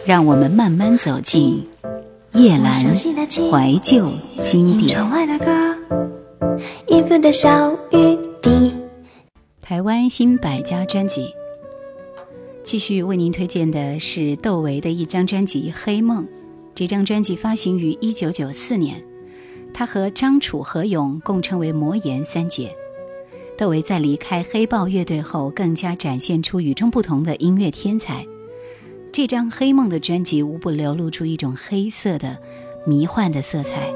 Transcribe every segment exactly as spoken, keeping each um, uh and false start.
让我们慢慢走进夜阑怀旧经典。台湾新百家专辑，继续为您推荐的是窦唯的一张专辑《黑梦》。这张专辑发行于一九九四年，他和张楚、何勇共称为魔岩三杰。窦唯在离开黑豹乐队后，更加展现出与众不同的音乐天才。这张《黑梦》的专辑无不流露出一种黑色的迷幻的色彩，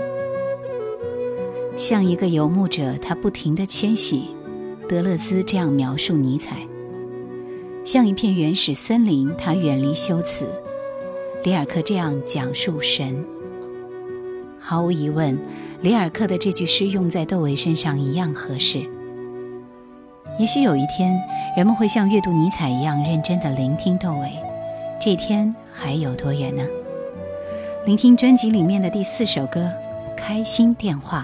像一个游牧者，他不停地迁徙。德勒兹这样描述尼采，像一片原始森林，他远离修辞。里尔克这样讲述神。毫无疑问，里尔克的这句诗用在窦唯身上一样合适。也许有一天，人们会像阅读尼采一样认真地聆听窦唯，这天还有多远呢？聆听专辑里面的第四首歌《开心电话》。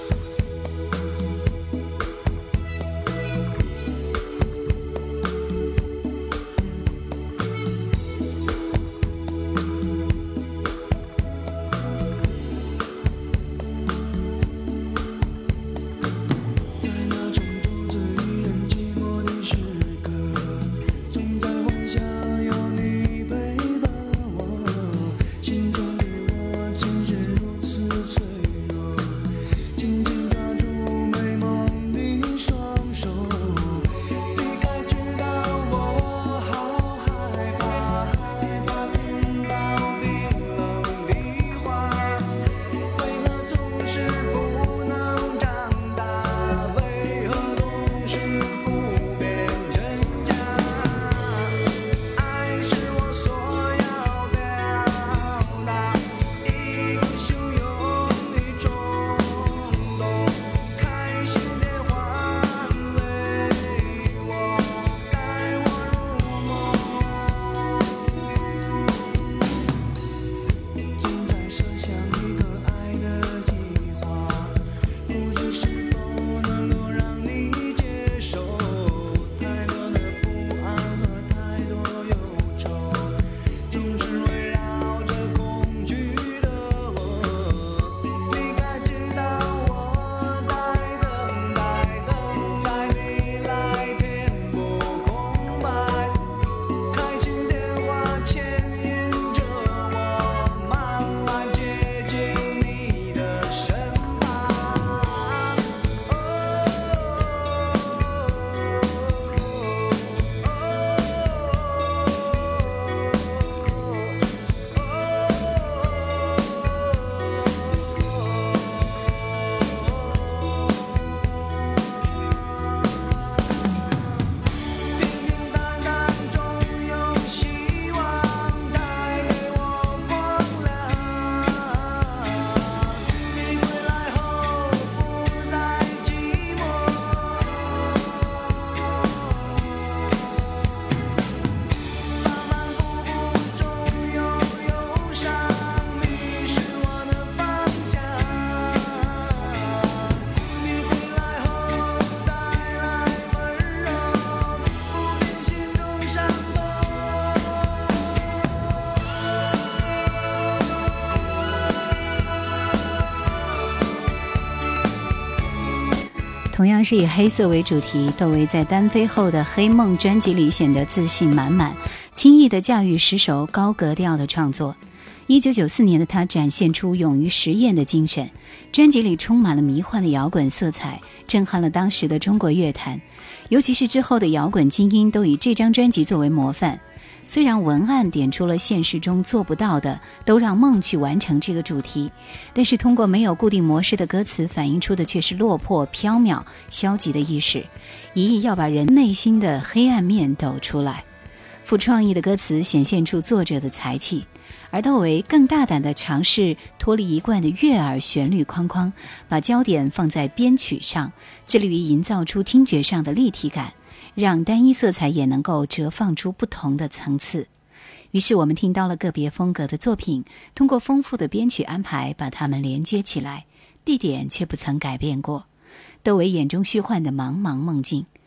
同样是以黑色为主题，窦唯在单飞后的《黑梦》专辑里显得自信满满，轻易地驾驭十首高格调的创作。一九九四年的他展现出勇于实验的精神，专辑里充满了迷幻的摇滚色彩，震撼了当时的中国乐坛，尤其是之后的摇滚精英都以这张专辑作为模范。虽然文案点出了现实中做不到的，都让梦去完成这个主题，但是通过没有固定模式的歌词反映出的却是落魄、缥缈、消极的意识，一意要把人内心的黑暗面抖出来。富创意的歌词显现出作者的才气，而窦唯更大胆地尝试脱离一贯的悦耳旋律框框，把焦点放在编曲上，致力于营造出听觉上的立体感，让单一色彩也能够折放出不同的层次。于是我们听到了个别风格的作品，通过丰富的编曲安排把它们连接起来，地点却不曾改变过。窦唯眼中虚幻的茫茫梦境，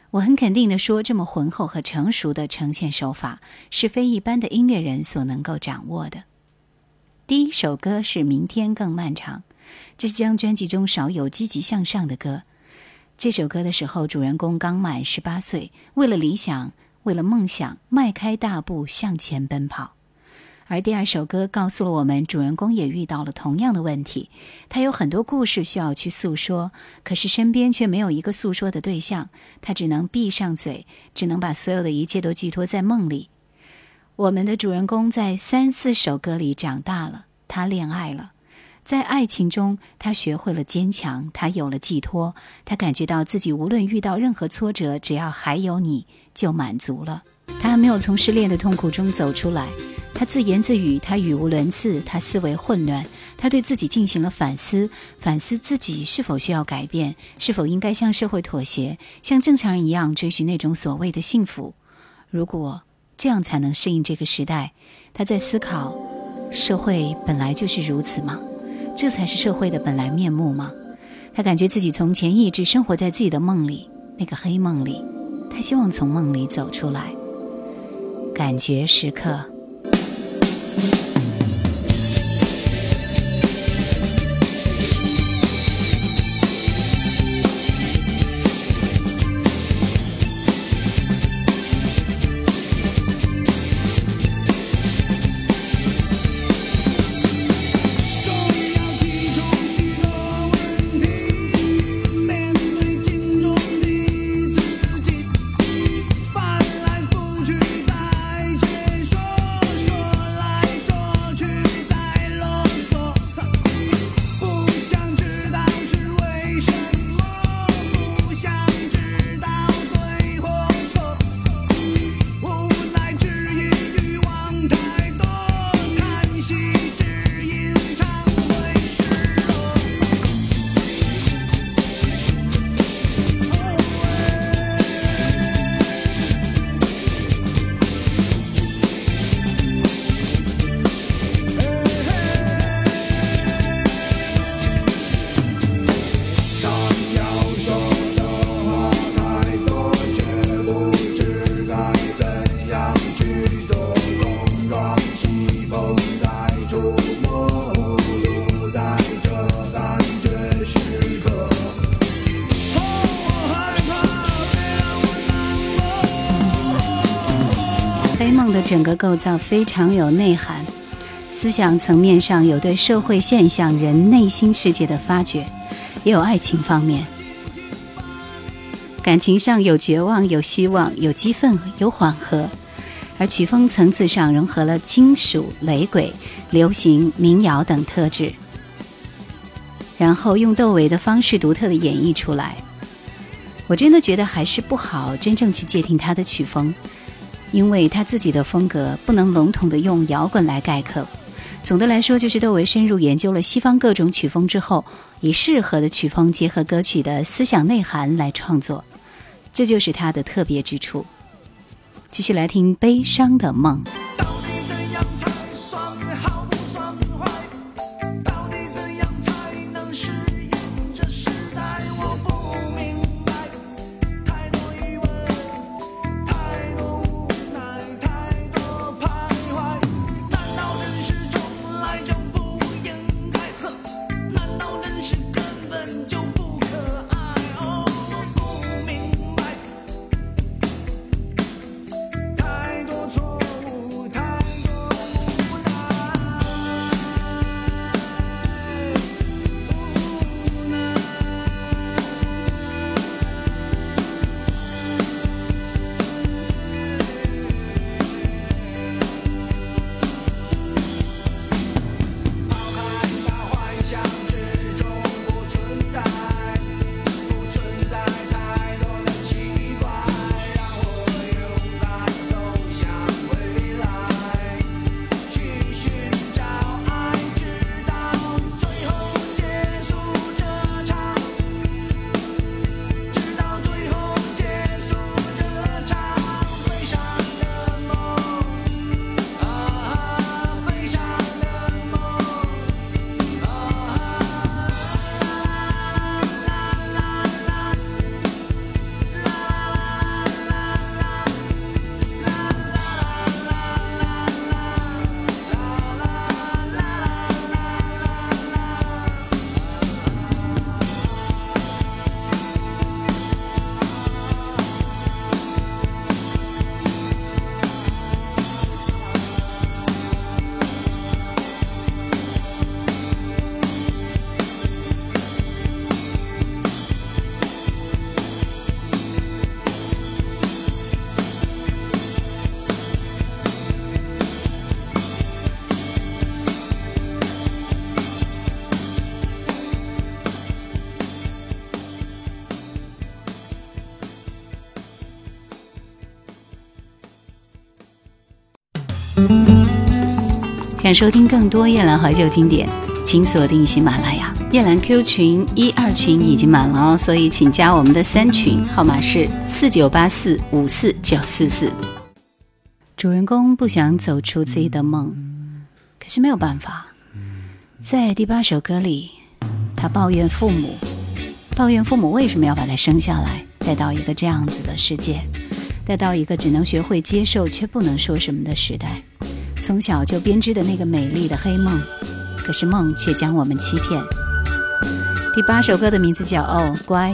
我很肯定地说，这么浑厚和成熟的呈现手法是非一般的音乐人所能够掌握的。第一首歌是《明天更漫长》，这是这张专辑中少有积极向上的歌。这首歌的时候，主人公刚满十八岁，为了理想，为了梦想，迈开大步向前奔跑。而第二首歌告诉了我们，主人公也遇到了同样的问题，他有很多故事需要去诉说，可是身边却没有一个诉说的对象，他只能闭上嘴，只能把所有的一切都寄托在梦里。我们的主人公在三四首歌里长大了，他恋爱了，在爱情中他学会了坚强，他有了寄托，他感觉到自己无论遇到任何挫折，只要还有你就满足了。他还没有从失恋的痛苦中走出来，他自言自语，他语无伦次，他思维混乱，他对自己进行了反思，反思自己是否需要改变，是否应该向社会妥协，像正常人一样追寻那种所谓的幸福。如果这样才能适应这个时代，他在思考，社会本来就是如此吗？这才是社会的本来面目吗？他感觉自己从前一直生活在自己的梦里，那个黑梦里，他希望从梦里走出来。感觉时刻。黑梦的整个构造非常有内涵，思想层面上有对社会现象、人内心世界的发掘，也有爱情方面，感情上有绝望、有希望、有激愤、有缓和，而曲风层次上融合了金属、雷鬼、流行、民谣等特质，然后用窦唯的方式独特的演绎出来。我真的觉得还是不好真正去界定他的曲风，因为他自己的风格不能笼统的用摇滚来概括。总的来说，就是窦唯深入研究了西方各种曲风之后，以适合的曲风结合歌曲的思想内涵来创作，这就是他的特别之处。继续来听《悲伤的梦》。 错误想收听更多夜兰怀旧经典，请锁定喜马拉雅。夜兰 Q 群一二群已经满了哦，所以请加我们的三群，号码是四九八四五四九四四。主人公不想走出自己的梦，可是没有办法。在第八首歌里，他抱怨父母，抱怨父母为什么要把他生下来，带到一个这样子的世界，带到一个只能学会接受却不能说什么的时代。从小就编织的那个美丽的黑梦，可是梦却将我们欺骗。第八首歌的名字叫《哦乖》。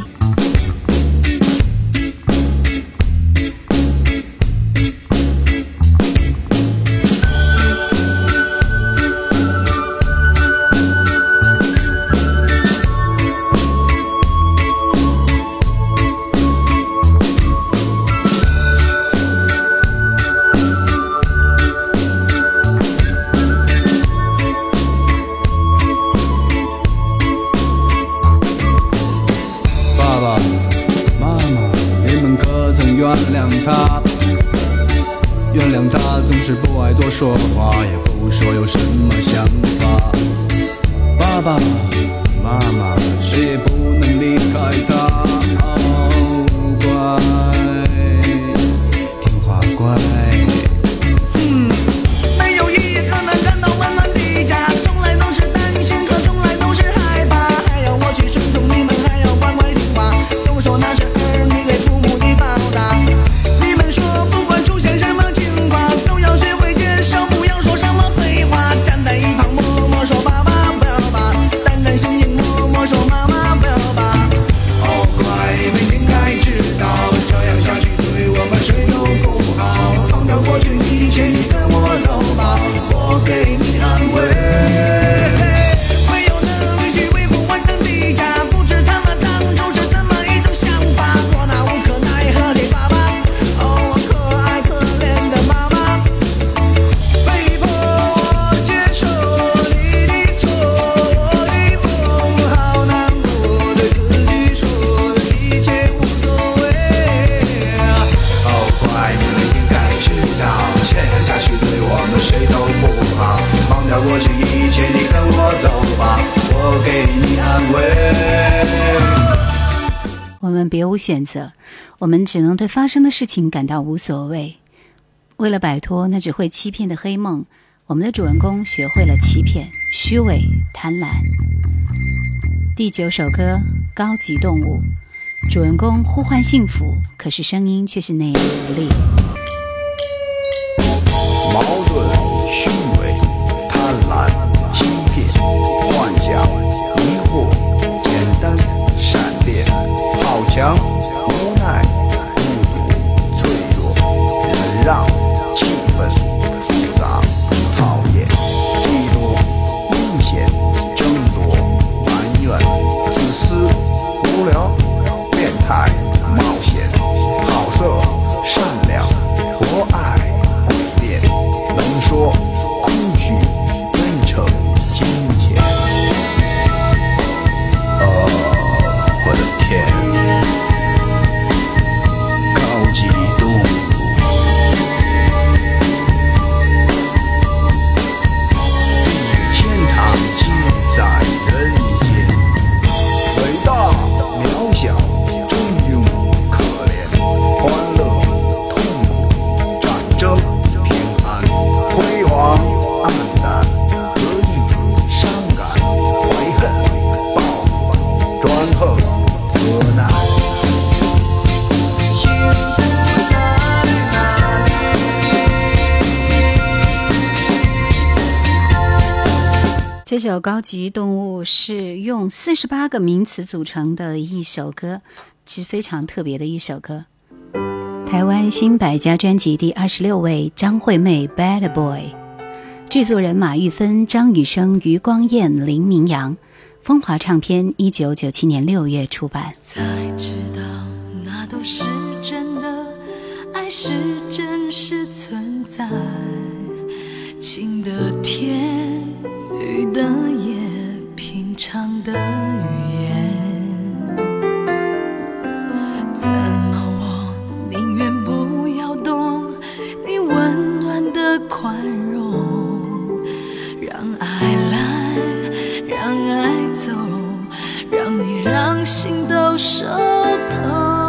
原谅他总是不爱多说话，也不说有什么想法。爸爸妈妈谁也不能离开他，哦乖，听话乖。嗯，没有一个能感到温暖的家，从来都是担心和从来都是害怕，还要我去顺从你们，还要乖乖听话，都说那是儿女给父母的报答。你们说不管出现什么情况，都要学会接受，不要说什么废话，站在一旁默默说爸爸不要吧，胆战心惊默默说妈妈不要吧。哦乖，你们应该知道，这样下去对我们谁都不好，忘掉过去一切，你跟我走吧，我给你安慰。没有能力去维护完整的家，不知他们当初是怎么一种想法，我那无可奈何的爸爸，哦，可爱可怜的妈妈，被迫我接受你的错，我的梦好难过，对自己说一切无所谓。哦乖，你们应该知道，这样下去对我们谁都不好，忘掉过去一切，你跟我走吧，我给你安慰。 我们别无选择，我们只能对发生的事情感到无所谓。为了摆脱那只会欺骗的黑梦，我们的主人公学会了欺骗、虚伪、贪婪。第九首歌《高级动物》，主人公呼唤幸福，可是声音却是内敛无力。 矛盾、虚伪、贪婪、欺骗、幻想、迷惑、简单、善变、好强、无奈、孤独、脆弱、忍让、气愤、复杂、讨厌、嫉妒、阴险、争夺、埋怨、自私、无聊、变态、冒险、好色、善良、博爱、诡辩、能说、空虚、真诚、金钱。哦，我的天，高级动物。天堂皆在人间，伟大、渺小、中庸、可怜、欢乐、痛苦、战争、平安、辉煌、暗淡、得意、伤感、怀恨、报复、专横、责难。幸福在哪里？ 这首《高级动物》是用四十八个名词组成的一首歌，是非常特别的一首歌。台湾新百家专辑第二十六位，张惠妹 Bad Boy， 制作人马玉芬、张雨生、余光彦、林明阳，风华唱片一九九七年六月出版。 才知道那都是真的，爱是真实存在，晴的天，雨的夜，平常的语言，怎么我宁愿不要懂你温暖的宽容， 手头。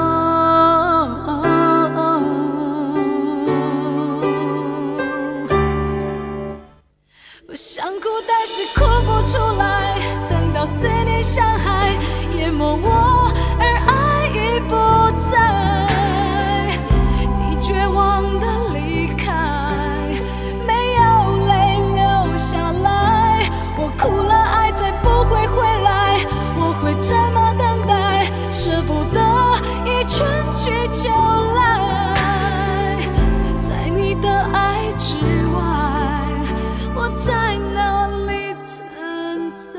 我想哭，但是哭不出来，等到思念像海淹没我，而爱已不在。你绝望的离开，没有泪流下来。我哭了，爱再不会回来，我会这么等待，舍不得一春去秋来。在你的爱之外，我在哪里存在？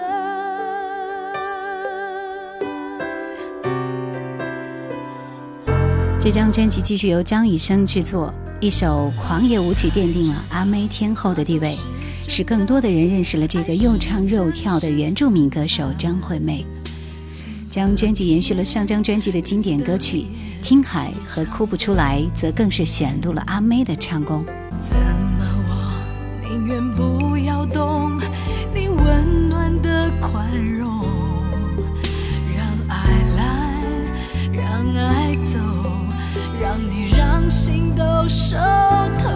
这张专辑继续由张雨生制作，一首狂野舞曲奠定了阿妹天后的地位，使更多的人认识了这个又唱又跳的原住民歌手张惠妹。将专辑延续了上张专辑的经典歌曲《听海》和《哭不出来》，则更是显露了阿妹的唱功。 怎么我宁愿不要懂你温暖的宽容，让爱来，让爱走，让你让心都熟透。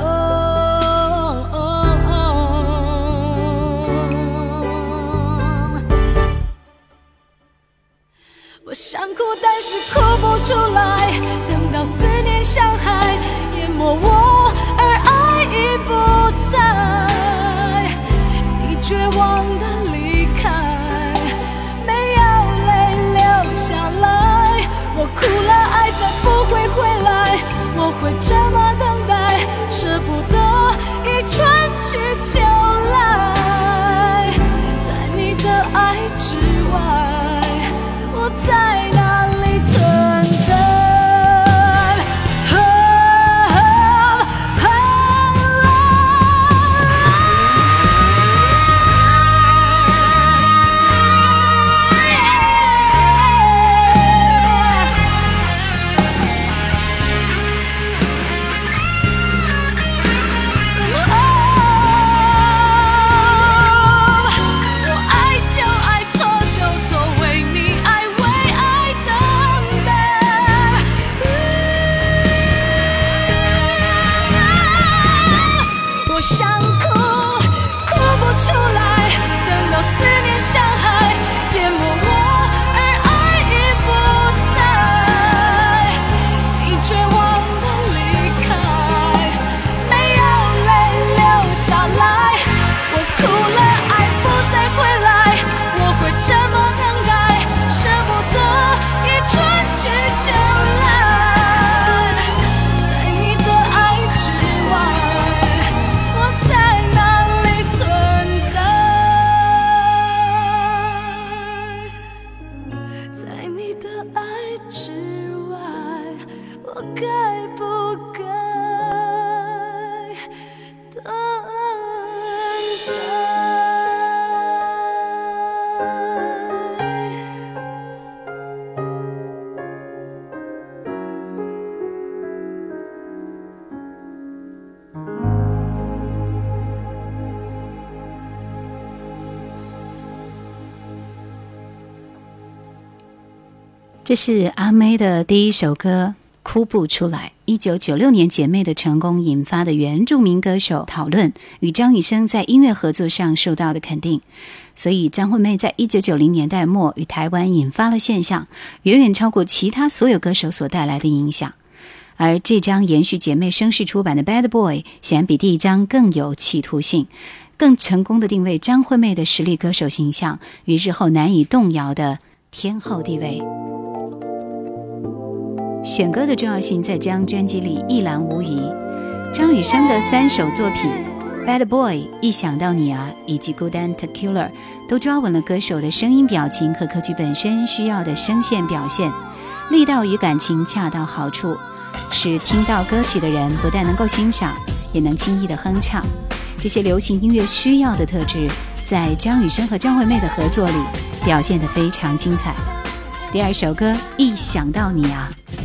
我想哭，但是哭不出来，等到思念像海淹没我，而爱已不在。你绝望的离开，没有泪流下来。我哭了，爱再不会回来，我会这么等待，舍不得一春去秋来。在你的爱之外，我在哪里存在？ 这是阿妹的第一首歌《哭不出来》。一九九六年姐妹的成功引发的原住民歌手讨论与张雨生在音乐合作上受到的肯定，所以张惠妹在一九九零年代末与台湾引发了现象，远远超过其他所有歌手所带来的影响。而这张延续姐妹声势出版的 Bad Boy 显然比第一张更有企图性，更成功的定位张惠妹的实力歌手形象与日后难以动摇的天后地位。选歌的重要性在这张专辑里一览无遗。张雨生的三首作品 Bad Boy、 一想到你啊以及 Good and Tequila 都抓稳了歌手的声音表情和歌曲本身需要的声线表现，力道与感情恰到好处，使听到歌曲的人不但能够欣赏，也能轻易的哼唱。这些流行音乐需要的特质在张雨生和张惠妹的合作里表现得非常精彩。第二首歌一想到你啊，